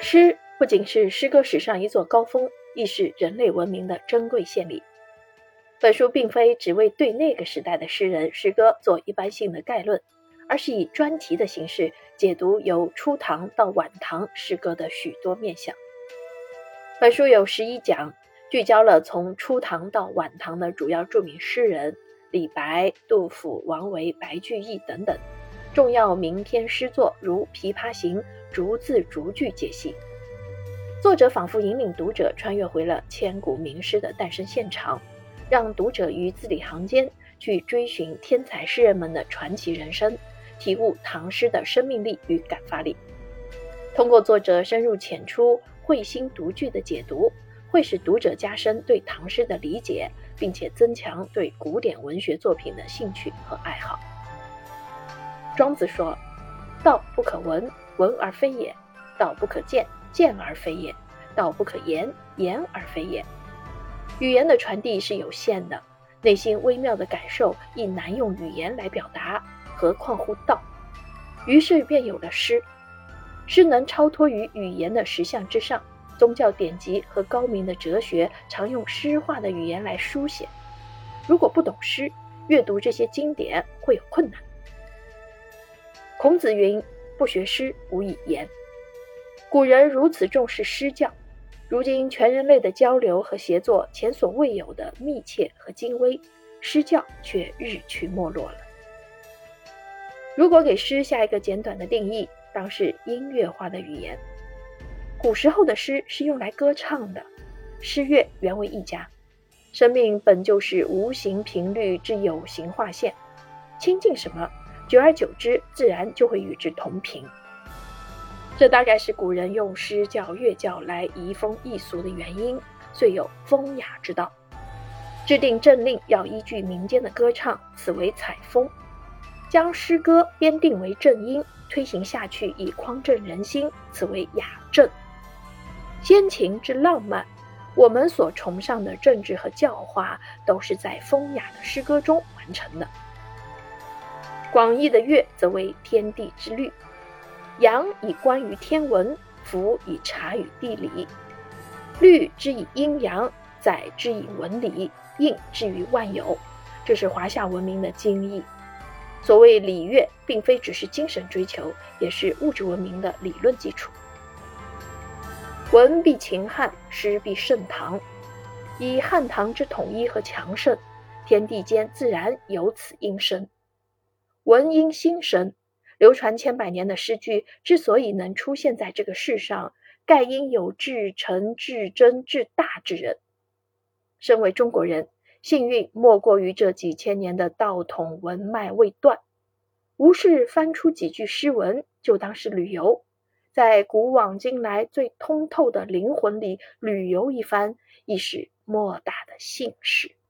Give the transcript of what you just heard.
诗不仅是诗歌史上一座高峰，亦是人类文明的珍贵献礼。本书并非只为对那个时代的诗人诗歌做一般性的概论，而是以专题的形式解读由初唐到晚唐诗歌的许多面向。本书有11讲，聚焦了从初唐到晚唐的主要著名诗人李白、杜甫、王维、白居易等等，重要名篇诗作如《琵琶行》逐字逐句解析。作者仿佛引领读者穿越回了千古名诗的诞生现场，让读者于字里行间去追寻天才诗人们的传奇人生，体悟唐诗的生命力与感发力。通过作者深入浅出、会心读句的解读，会使读者加深对唐诗的理解，并且增强对古典文学作品的兴趣和爱好。庄子说：道不可闻，闻而非也；道不可见，见而非也；道不可言，言而非也。语言的传递是有限的，内心微妙的感受亦难用语言来表达，何况乎道？于是便有了诗。诗能超脱于语言的实相之上，宗教典籍和高明的哲学常用诗化的语言来书写。如果不懂诗，阅读这些经典会有困难。孔子云：不学诗，无以言。古人如此重视诗教，如今全人类的交流和协作前所未有的密切和精微，诗教却日趋没落了。如果给诗下一个简短的定义，当是音乐化的语言。古时候的诗是用来歌唱的，诗乐原为一家。生命本就是无形频率之有形化现，亲近什么，久而久之自然就会与之同频。这大概是古人用诗教乐教来移风易俗的原因，遂有风雅之道。制定政令要依据民间的歌唱，此为采风；将诗歌编定为正音，推行下去以匡正人心，此为雅正。先秦之浪漫，我们所崇尚的政治和教化，都是在风雅的诗歌中完成的。广义的乐则为天地之律，阳以观于天文，福以察于地理，律之以阴阳，载之以文理，应之于万有，这是华夏文明的精义。所谓礼乐，并非只是精神追求，也是物质文明的理论基础。文必秦汉，诗必盛唐。以汉唐之统一和强盛，天地间自然有此应声。文因心生，流传千百年的诗句之所以能出现在这个世上，盖因有至诚、至真、至大之人。身为中国人，幸运莫过于这几千年的道统文脉未断，无事翻出几句诗文，就当是旅游，在古往今来最通透的灵魂里旅游一番，亦是莫大的幸事。